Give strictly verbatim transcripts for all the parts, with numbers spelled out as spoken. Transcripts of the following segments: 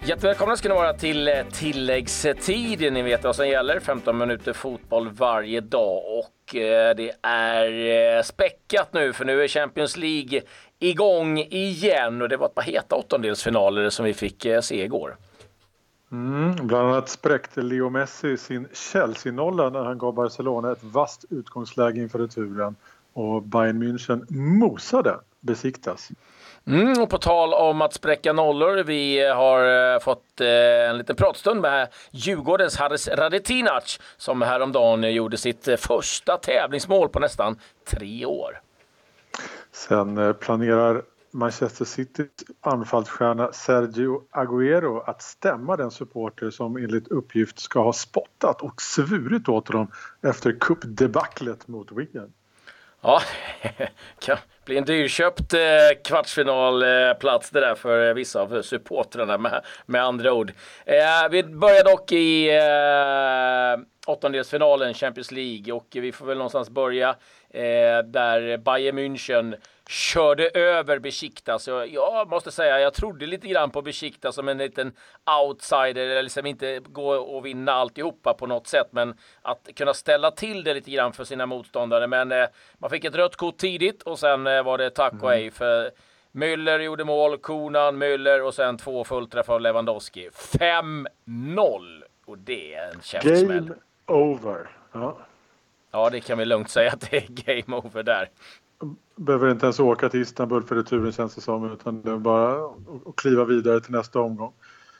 Jättevälkomna ska ni vara till tilläggstid. Ni vet vad som gäller. femton minuter fotboll varje dag. Och det är späckat nu, för nu är Champions League igång igen. Och det var ett par heta åttondelsfinaler som vi fick se igår. Mm, bland annat spräckte Leo Messi sin Chelsea-nolla när han gav Barcelona ett vasst utgångsläge inför returen. Och Bayern München mosade Besiktas. Mm, och på tal om att spräcka nollor, vi har eh, fått eh, en liten pratstund med Djurgårdens Haris Radetinac som häromdagen gjorde sitt eh, första tävlingsmål på nästan tre år. Sen eh, planerar Manchester Citys anfallsstjärna Sergio Aguero att stämma den supporter som enligt uppgift ska ha spottat och svurit åt dem efter cupdebaclet mot Wigan. Ja, kan bli en dyrköpt eh, kvartsfinalplats det där för vissa av supportrarna med, med andra ord. Eh, vi börjar dock i eh, åttondelsfinalen Champions League, och vi får väl någonstans börja eh, där Bayern München körde över Besiktas. Så jag måste säga, jag trodde lite grann på Besiktas som en liten outsider, eller liksom inte gå och vinna alltihopa på något sätt, men att kunna ställa till det lite grann för sina motståndare. Men eh, man fick ett rött kort tidigt, och sen eh, var det tack och hej, för Müller gjorde mål, Konan, Müller och sen två fullträffar av Lewandowski. fem noll, och det är en käftsmäll. Game over. Ja. Ja, det kan vi lugnt säga att det är game over där. Behöver inte ens åka till Istanbul för returen, känns det som, utan det är bara att kliva vidare till nästa omgång.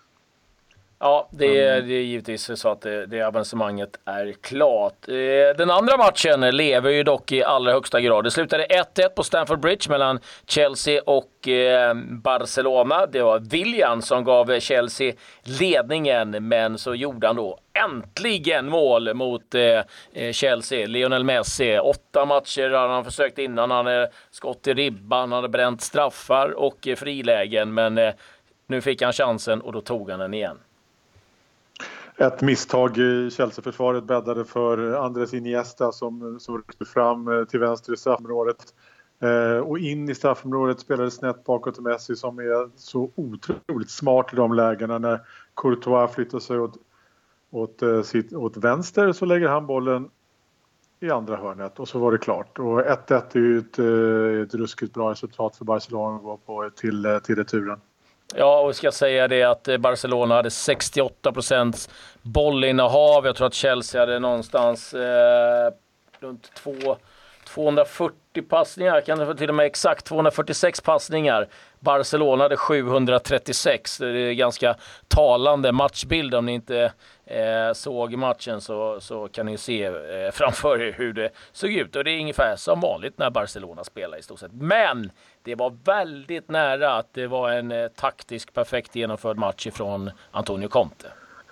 Ja, det är, det är givetvis så att det, det avancemanget är klart. Den andra matchen lever ju dock i allra högsta grad. Det slutade ett ett på Stamford Bridge mellan Chelsea och Barcelona. Det var Willian som gav Chelsea ledningen, men så gjorde han då äntligen mål mot Chelsea. Lionel Messi, åtta matcher har han försökt innan. Han hade skott i ribban, han hade bränt straffar och frilägen, men nu fick han chansen och då tog han den igen. Ett misstag i Chelsea-försvaret bäddade för Andres Iniesta som, som ryckte fram till vänster i straffområdet. Eh, och in i straffområdet spelade snett bakåt till Messi, som är så otroligt smart i de lägena. När Courtois flyttar sig åt, åt, åt, åt vänster, så lägger han bollen i andra hörnet, och så var det klart. Och ett ett är ju ett, ett ruskigt bra resultat för Barcelona att gå på till, till returen. Ja, och ska säga det att Barcelona hade sextioåtta procent bollinnehav. Jag tror att Chelsea hade någonstans eh, runt två, tvåhundrafyrtio passningar. Kan det få till och med exakt tvåhundrafyrtiosex passningar. Barcelona hade sjuhundratrettiosex. Det är ganska talande matchbild. Om ni inte eh, såg matchen så, så kan ni se eh, framför er hur det såg ut. Och det är ungefär som vanligt när Barcelona spelar i stort sett. Men det var väldigt nära att det var en eh, taktisk perfekt genomförd match från Antonio Conte.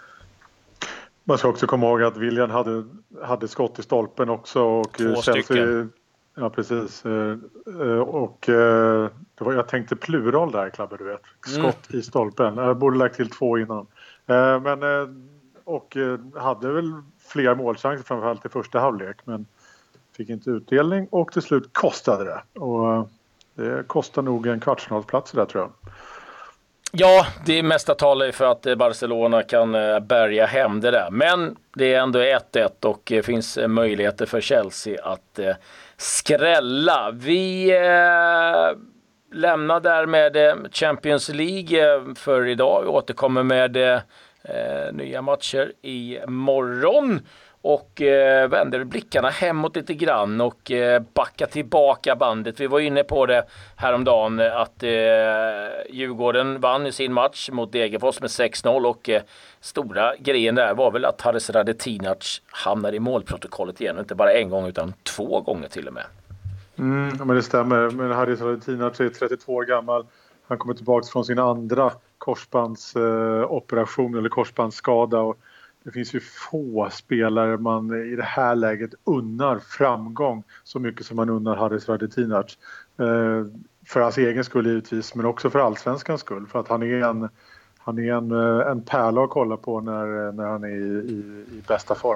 Man ska också komma ihåg att Willian hade, hade skott i stolpen också. Och Två Chelsea, stycken. Ja, precis. Och det var, jag tänkte plural där, Klabbe, du vet. Skott mm. i stolpen. Jag borde lagt till två innan. Men, och hade väl fler målchanser, framförallt i första halvlek. Men fick inte utdelning, och till slut kostade det. Och det kostar nog en kvartsfinalsplats där, tror jag. Ja, det är mesta talar för att Barcelona kan bärga hem det där. Men det är ändå ett ett, och det finns möjligheter för Chelsea att skrälla. Vi eh, lämnar där med Champions League för idag. Vi återkommer med eh, nya matcher i morgon. Och eh, vänder blickarna hemåt lite grann och eh, backar tillbaka bandet. Vi var inne på det häromdagen att eh, Djurgården vann i sin match mot Degerfors med sex noll, och eh, stora grejen där var väl att Haris Radetinac hamnar i målprotokollet igen. Inte bara en gång utan två gånger till och med. Mm, men det stämmer. Men Haris Radetinac är trettiotvå år gammal. Han kommer tillbaka från sin andra korsbandsoperation eh, eller korsbandsskada, och det finns ju få spelare man i det här läget unnar framgång så mycket som man unnar Haris Radetinac. Eh, för hans egen skull givetvis, men också för allsvenskans skull. För att han är en, han är en, en pärla att kolla på när, när han är i, i, i bästa form.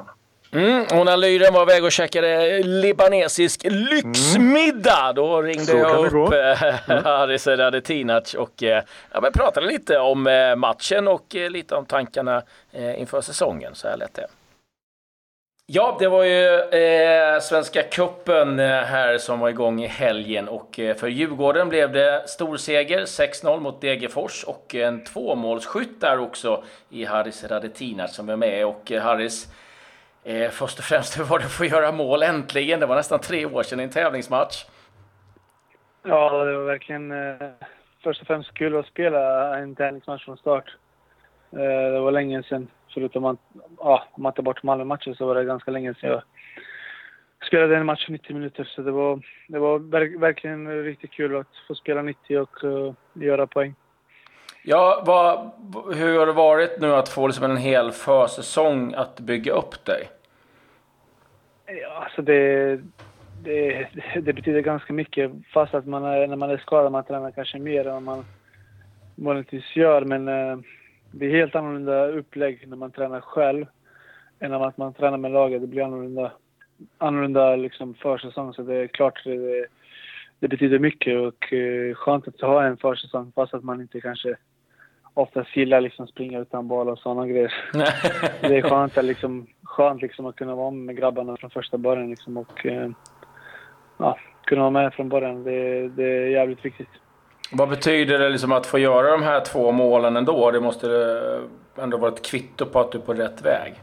Mm, och när Lyren var väg och käkade libanesisk lyxmiddag, mm. då ringde Så jag upp mm. Haris Radetinac och ja, men pratade lite om matchen och lite om tankarna inför säsongen. Så här lät det. Ja, det var ju eh, Svenska cupen här som var igång i helgen och eh, för Djurgården blev det storseger sex noll mot Degerfors och en tvåmålsskytt där också i Haris Radetinac som var med. Och eh, Haris, eh, först och främst, hur var det för att göra mål äntligen? Det var nästan tre år sedan i en tävlingsmatch. Ja, det var verkligen eh, först och främst kul att spela en tävlingsmatch från start. Eh, det var länge sedan. Förutom att, ja, om man tar bort Malmö-matchen så var det ganska länge sedan jag spelade en match nittio minuter. Så det var, det var verk, verkligen riktigt kul att få spela nittio och uh, göra poäng. Ja, vad, hur har det varit nu att få liksom en hel försäsong att bygga upp dig? Ja, alltså det, det, det betyder ganska mycket. Fast att man är, när man är skadad man tränar kanske mer än vad man vanligtvis gör. Men uh, det är helt annorlunda upplägg när man tränar själv än när man tränar med laget. Det blir annorlunda, annorlunda liksom försäsong. Så det är klart det, det betyder mycket och eh, skönt att ha en försäsong fast att man inte kanske ofta gillar liksom springa utan boll och sådana grejer. Det är skönt att, liksom, skönt liksom att kunna vara med grabbarna från första början liksom och eh, ja, kunna vara med från början. Det, det är jävligt viktigt. Vad betyder det liksom att få göra de här två målen ändå? Det måste ändå vara ett kvitto på att du är på rätt väg.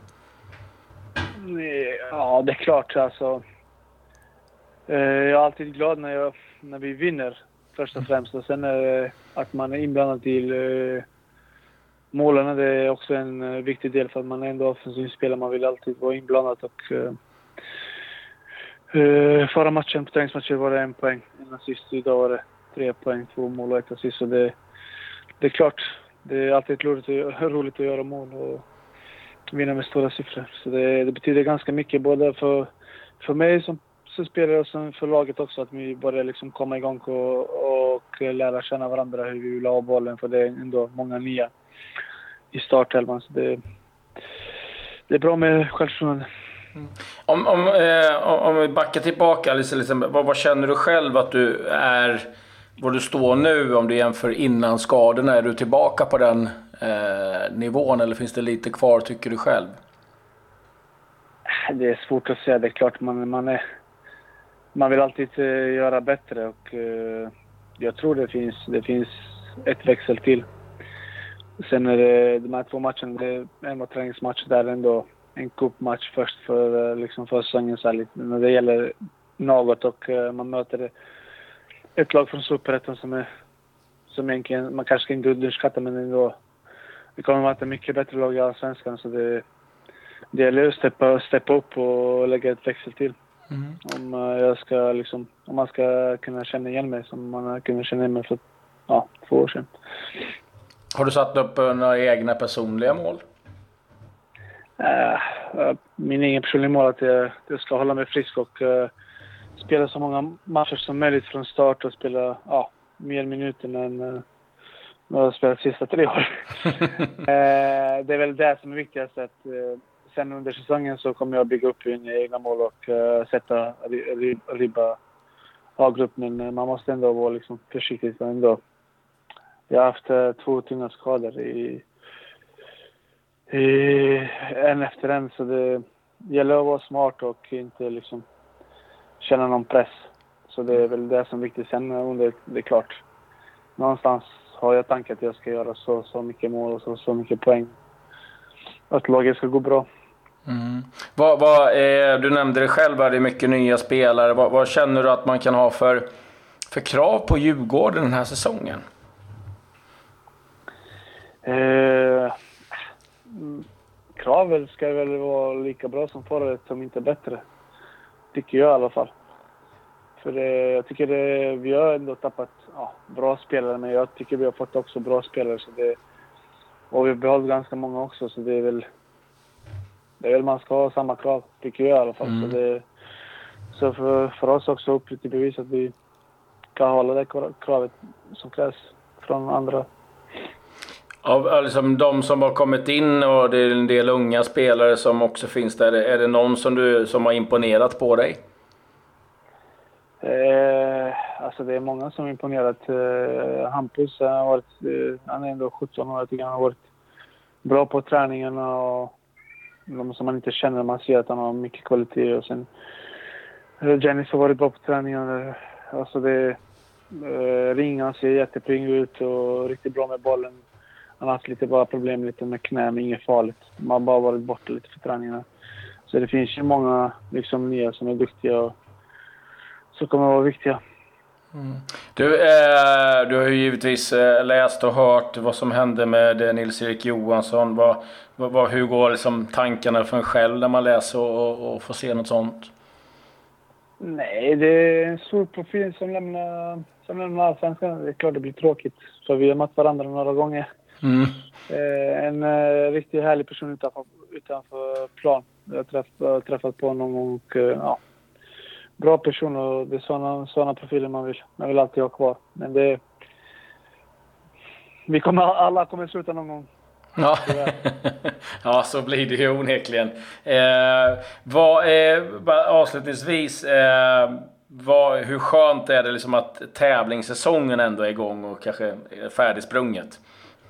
Ja, det är klart. Alltså, eh, jag är alltid glad när, jag, när vi vinner först och främst. Och sen eh, att man är inblandad till eh, målen. Det är också en eh, viktig del för att man är ändå offensiv spelare. Man vill alltid vara inblandad. Och, eh, eh, förra matchen på träningsmatchen var det en poäng. En assist. Idag var det tre poäng, två mål och ett assist. Så det, det är klart, det är alltid roligt, roligt att göra mål och vinna med stora siffror. Så det, det betyder ganska mycket både för, för mig som, som spelare och som för laget också. Att vi börjar liksom komma igång och, och lära känna varandra hur vi vill ha bollen. För det är ändå många nya i startelvan. Så det, det är bra med självförtroende. Mm. Om, om, eh, om vi backar tillbaka, liksom, liksom, vad, vad känner du själv att du är, var du står nu om du jämför innan skadorna? Är du tillbaka på den eh, nivån eller finns det lite kvar tycker du själv? Det är svårt att säga. Det är klart man, man, är, man vill alltid uh, göra bättre och uh, jag tror det finns, det finns ett växel till. Sen är det de här två matcherna, det är en var träningsmatch där ändå en cupmatch först för, liksom för säsongen så här lite. När det gäller något och uh, man möter ett lag från Superettan som är som egentligen, man kanske inte underskattar men ändå det kommer att vara ett mycket bättre lag i Allsvenskan så det, det gäller att steppa, steppa upp och lägga ett växel till. Mm. Om uh, jag ska liksom, om man ska kunna känna igen mig som man har kunnat känna igen mig för ja, två år sedan. Har du satt upp några egna personliga mål? Uh, min egen personliga mål är att jag, jag ska hålla mig frisk och uh, spela så många matcher som möjligt från start och spela ja, mer minuter än uh, jag har spelat de sista tre år. uh, det är väl det som är viktigast. Att, uh, sen under säsongen så kommer jag bygga upp mina egna mål och uh, sätta ribba A-grupp. Men uh, man måste ändå vara liksom, försiktig. Ändå. Jag har haft uh, två tunga skador i, i en efter en. Så det gäller att vara smart och inte liksom känna någon press. Så det är väl det som är viktigt. Sen under det är klart. Någonstans har jag tanken att jag ska göra så, så mycket mål och så, så mycket poäng. Att laget ska gå bra. Mm. Vad, vad, eh, du nämnde det själv, det är mycket nya spelare. Vad, vad känner du att man kan ha för, för krav på Djurgården den här säsongen? Eh, kraven ska väl vara lika bra som förra året, som inte bättre. Tycker jag i alla fall. För det, jag tycker det, vi har ändå tappat ja, bra spelare, men jag tycker vi har fått också bra spelare. Så det, och vi har behållit ganska många också, så det är väl, det är väl man ska ha samma krav, tycker jag i alla fall. Mm. Så, det, så för, för oss också upp lite bevis att vi kan hålla det kravet som krävs från andra. Av liksom de som har kommit in och det är en del unga spelare som också finns där. Är det någon som, du, som har imponerat på dig? Eh, alltså det är många som har imponerat. Eh, Hampus har varit, eh, han är ändå sjutton år, jag tycker han har varit bra på träningarna och de som man inte känner, man ser att han har mycket kvalitet. Och sen Jennis har varit bra på träningarna. Alltså det eh, Ringan ser jättepring ut och riktigt bra med bollen. Han har haft lite bara problem lite med knä, men inget farligt. Man har bara varit borta lite för träningarna. Så det finns ju många liksom nya som är duktiga och så kommer att vara viktiga. Mm. Du, eh, du har ju givetvis eh, läst och hört vad som hände med eh, Nils-Erik Johansson. Vad, vad, vad, hur går liksom tankarna för en själv när man läser och, och, och får se något sånt? Nej, det är en stor profil som lämnar, som lämnar allsvenskan. Det är klart det blir tråkigt, för vi har mött varandra några gånger. Mm. Eh, en eh, riktigt härlig person utanför, utanför plan. Jag har träffat, träffat på någon gång och eh, ja. Bra person och det är sådana, sådana profiler man vill. Man vill alltid ha kvar. Men det... Vi kommer, alla kommer sluta någon gång. Ja, ja så blir det ju onekligen. Eh, vad, eh, avslutningsvis, eh, vad, hur skönt är det liksom att tävlingssäsongen ändå är igång och kanske är färdigsprunget?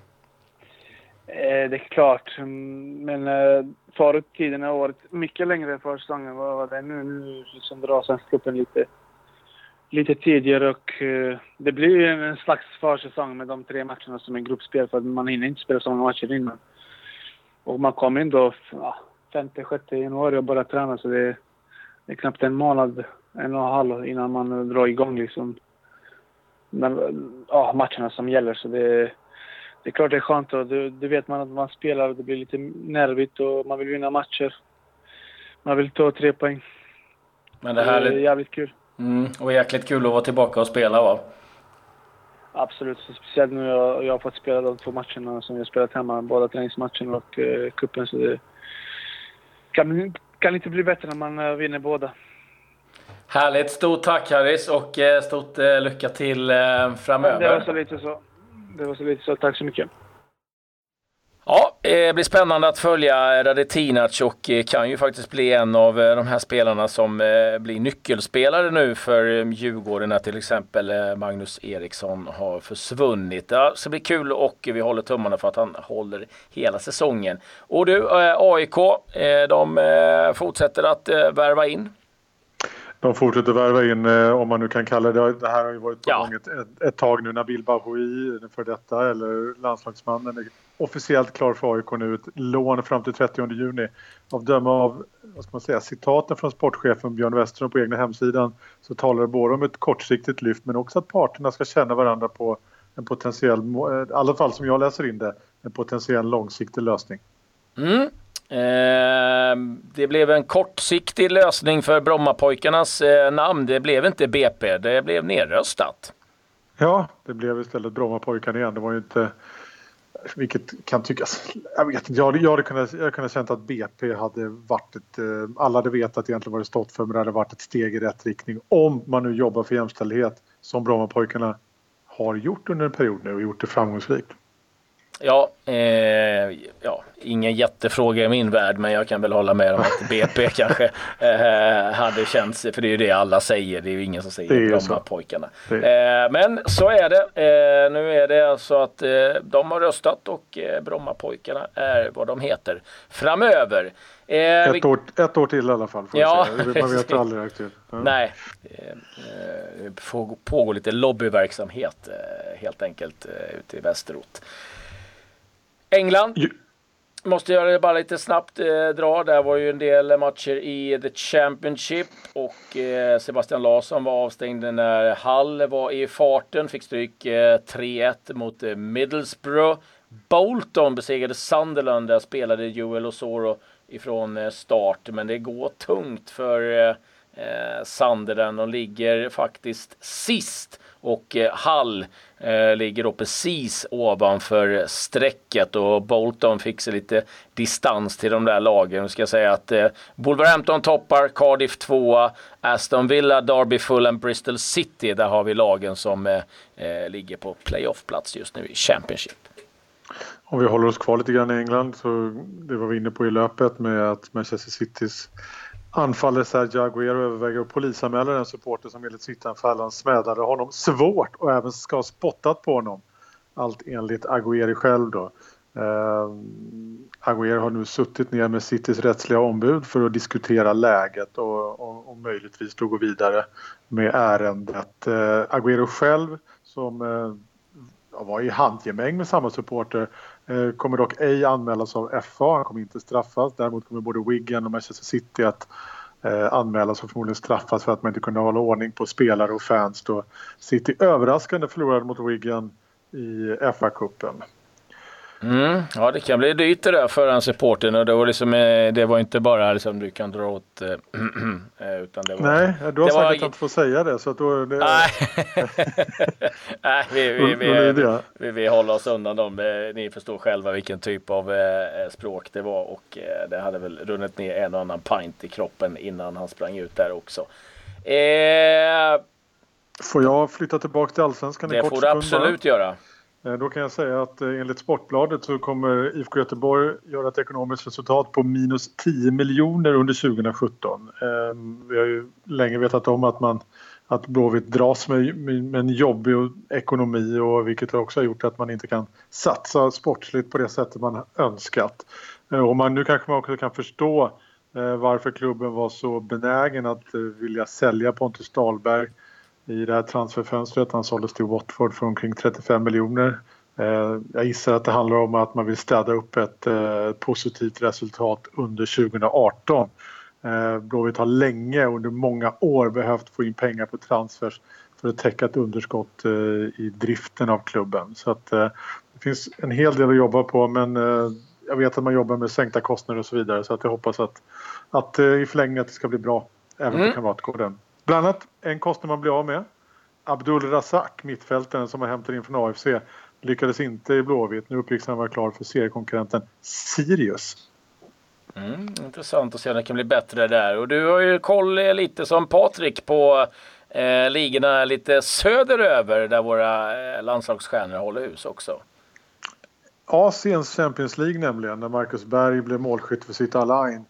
Eh, det är klart. Men eh, förut tiden har varit mycket längre för säsongen. Vad var det nu? Nu liksom drar Svenskcupen lite, lite tidigare och eh, det blir ju en slags försäsong med de tre matcherna som är gruppspel, för att man hinner inte spela så många matcher innan. Och man kommer in då ja, femte sjätte januari och börjar träna, så det är, det är knappt en månad, en och en halv innan man drar igång liksom men, ja, matcherna som gäller. Så det Det är klart det är skönt och det, det vet man att man spelar och det blir lite nervigt och man vill vinna matcher. Man vill ta tre poäng. Men det här är jävligt kul. Mm, och jäkligt kul att vara tillbaka och spela, va? Absolut, speciellt nu jag, jag har fått spela de två matcherna som jag spelat hemma. Båda träningsmatcherna och eh, kuppen, så det kan, kan inte bli bättre när man eh, vinner båda. Härligt, stort tack Harris och eh, stort eh, lycka till eh, framöver. Det var så lite så. Det var så lite så. Tack så mycket. Ja, det blir spännande att följa Radetinac och kan ju faktiskt bli en av de här spelarna som blir nyckelspelare nu för Djurgården, när till exempel Magnus Eriksson har försvunnit. Ja, så det blir kul och vi håller tummarna för att han håller hela säsongen. Och du, A I K, de fortsätter att värva in. De fortsätter värva in, om man nu kan kalla det. Det här har ju varit på ja. gång ett, ett, ett tag nu. Nabil Bahoui, för detta, eller landslagsmannen, är officiellt klar för A I K nu. Ett lån fram till trettionde juni. Av döma av, vad ska man säga, citaten från sportchefen Björn Westerholm på egna hemsidan, så talar det både om ett kortsiktigt lyft men också att parterna ska känna varandra på en potentiell, i alla fall som jag läser in det, en potentiell långsiktig lösning. Mm. Eh, det blev en kortsiktig lösning för Brommapojkarnas eh, namn. Det blev inte B P, det blev nedröstat. Ja, det blev istället Brommapojkarna igen. Det var ju inte, vilket kan tyckas, jag vet inte, jag, jag hade kunnat, jag hade kunnat känt att B P hade varit ett, alla hade vetat egentligen vad det stått för, men det hade varit ett steg i rätt riktning om man nu jobbar för jämställdhet som Brommapojkarna har gjort under en period nu och gjort det framgångsrikt. Ja, eh, ja, ingen jättefråga i min värld, men jag kan väl hålla med om att B P kanske eh, hade känts, för det är ju det alla säger, det är ju ingen som säger Brommapojkarna. Eh, men så är det, eh, nu är det alltså att eh, de har röstat och eh, Brommapojkarna är vad de heter framöver. Eh, ett, vi... år, ett år till i alla fall, får ja, säga. Man vet aldrig aktivt. Ja. Nej, det eh, pågår lite lobbyverksamhet eh, helt enkelt eh, ute i Västerort. England måste göra det bara lite snabbt eh, dra. Där var ju en del matcher i The Championship och eh, Sebastian Larsson var avstängd när Hull var i farten. Fick stryk eh, tre ett mot eh, Middlesbrough. Bolton besegrade Sunderland. Där spelade Joel Osoro ifrån eh, start. Men det går tungt för eh, Sunderland. De ligger faktiskt sist. Och eh, Hull eh, ligger då precis ovanför strecket och Bolton fick sig lite distans till de där lagen. Nu ska jag säga att eh, Wolverhampton toppar, Cardiff tvåa, Aston Villa, Derby, Fulham, Bristol City. Där har vi lagen som eh, eh, ligger på playoffplats just nu i Championship. Om vi håller oss kvar lite grann i England, så det var vi inne på i löpet med att Manchester Citys anfallare Sergio Aguero överväger att polisanmäla den supporter som enligt Twitteranfallaren smädade honom svårt och även ska ha spottat på honom. Allt enligt Aguero själv då. Uh, Aguero har nu suttit ner med Citys rättsliga ombud för att diskutera läget och, och, och möjligtvis då gå vidare med ärendet. Uh, Aguero själv, som uh, var i handgemäng med samma supporter, uh, kommer dock ej anmälas av F A. Han kommer inte straffas. Däremot kommer både Wigan och Manchester City att uh, anmälas och förmodligen straffas för att man inte kunde hålla ordning på spelare och fans då City överraskande förlorade mot Wigan i F A-cupen. Mm, ja, det kan bli dyrt det där för en supporten, och det var liksom, det var inte bara liksom du kan dra åt äh, utan det var... Nej, du har det sagt var... att jag inte får säga det, så att då... Det... Nej, Nej vi, vi, vi, vi, vi, vi håller oss undan dem. Ni förstår själva vilken typ av eh, språk det var, och eh, det hade väl runnit ner en och annan pint i kroppen innan han sprang ut där också. Eh... Får jag flytta tillbaka till Allsvenskan? Det får du absolut göra. Då kan jag säga att enligt Sportbladet så kommer I F K Göteborg göra ett ekonomiskt resultat på minus tio miljoner under tjugo sjutton. Vi har ju länge vetat om att man att Blåvitt dras med, med en jobbig ekonomi, och vilket också har gjort att man inte kan satsa sportsligt på det sättet man önskat. Och man, nu kanske man också kan förstå varför klubben var så benägen att vilja sälja Pontus Dahlberg i det här transferfönstret. Han såldes till Watford för omkring trettiofem miljoner. Jag gissar att det handlar om att man vill städa upp ett positivt resultat under tjugo arton. Blåvitt har länge under många år behövt få in pengar på transfers för att täcka ett underskott i driften av klubben. Så att det finns en hel del att jobba på, men jag vet att man jobbar med sänkta kostnader och så vidare, så att jag hoppas att, att i förlängningen att det ska bli bra även mm. på Kamratgården. Bland annat en kostnad man blir av med. Abdul Razak, mittfältaren som har hämtat in från A F C, lyckades inte i Blåvitt. Nu uppgick han vara klar för seriekonkurrenten Sirius. Mm, intressant att se om det kan bli bättre där. Och du har ju koll lite som Patrik på eh, ligorna lite söderöver där våra eh, landslagsstjärnor håller hus också. Asiens Champions League nämligen, där Marcus Berg blev målskytt för sitt Al-Ain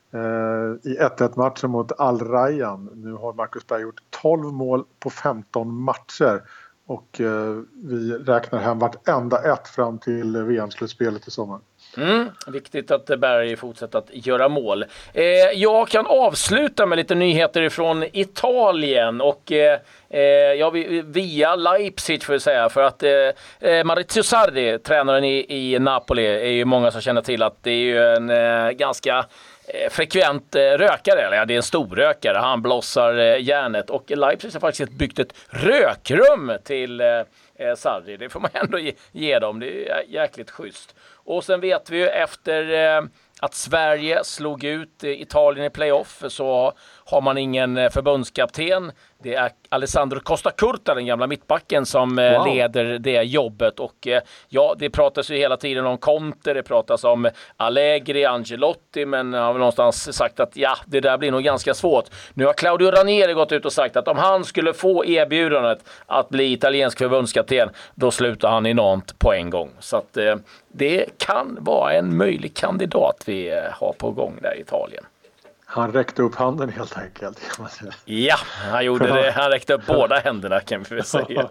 i ett ett matchen mot Al Rayyan. Nu har Marcus Berg gjort tolv mål på femton matcher, och eh, vi räknar hem vartenda ett fram till V M-slutspelet i sommar. Mm, viktigt att Berg fortsätter att göra mål. Eh, jag kan avsluta med lite nyheter från Italien, och eh, ja, via Leipzig får jag säga, för att eh, Maurizio Sarri, tränaren i, i Napoli, är ju många som känner till att det är ju en eh, ganska frekvent rökare, eller ja, det är en stor rökare. Han blossar järnet, och Leipzig har faktiskt byggt ett rökrum till eh, Sarri. Det får man ändå ge, ge dem. Det är jäkligt schysst. Och sen vet vi ju efter eh, att Sverige slog ut Italien i playoff, så har man ingen förbundskapten. Det är Alessandro Costa Curta, den gamla mittbacken, som wow. leder det jobbet. Och ja, det pratas ju hela tiden om Conte, det pratas om Allegri, Ancelotti, men han har väl någonstans sagt att ja, det där blir nog ganska svårt. Nu har Claudio Ranieri gått ut och sagt att om han skulle få erbjudandet att bli italiensk förbundskapten, då slutar han i Nantes på en gång. Så att eh, det kan vara en möjlig kandidat vi eh, har på gång där i Italien. Han räckte upp handen helt enkelt, kan man säga. Ja, han gjorde det. Han räckte upp båda händerna, kan vi väl säga.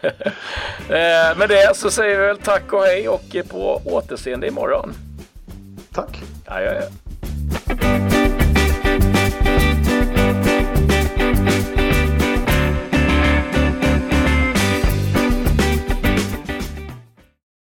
Med det så säger vi väl tack och hej, och på återseende imorgon. Tack. Ja, ja, ja.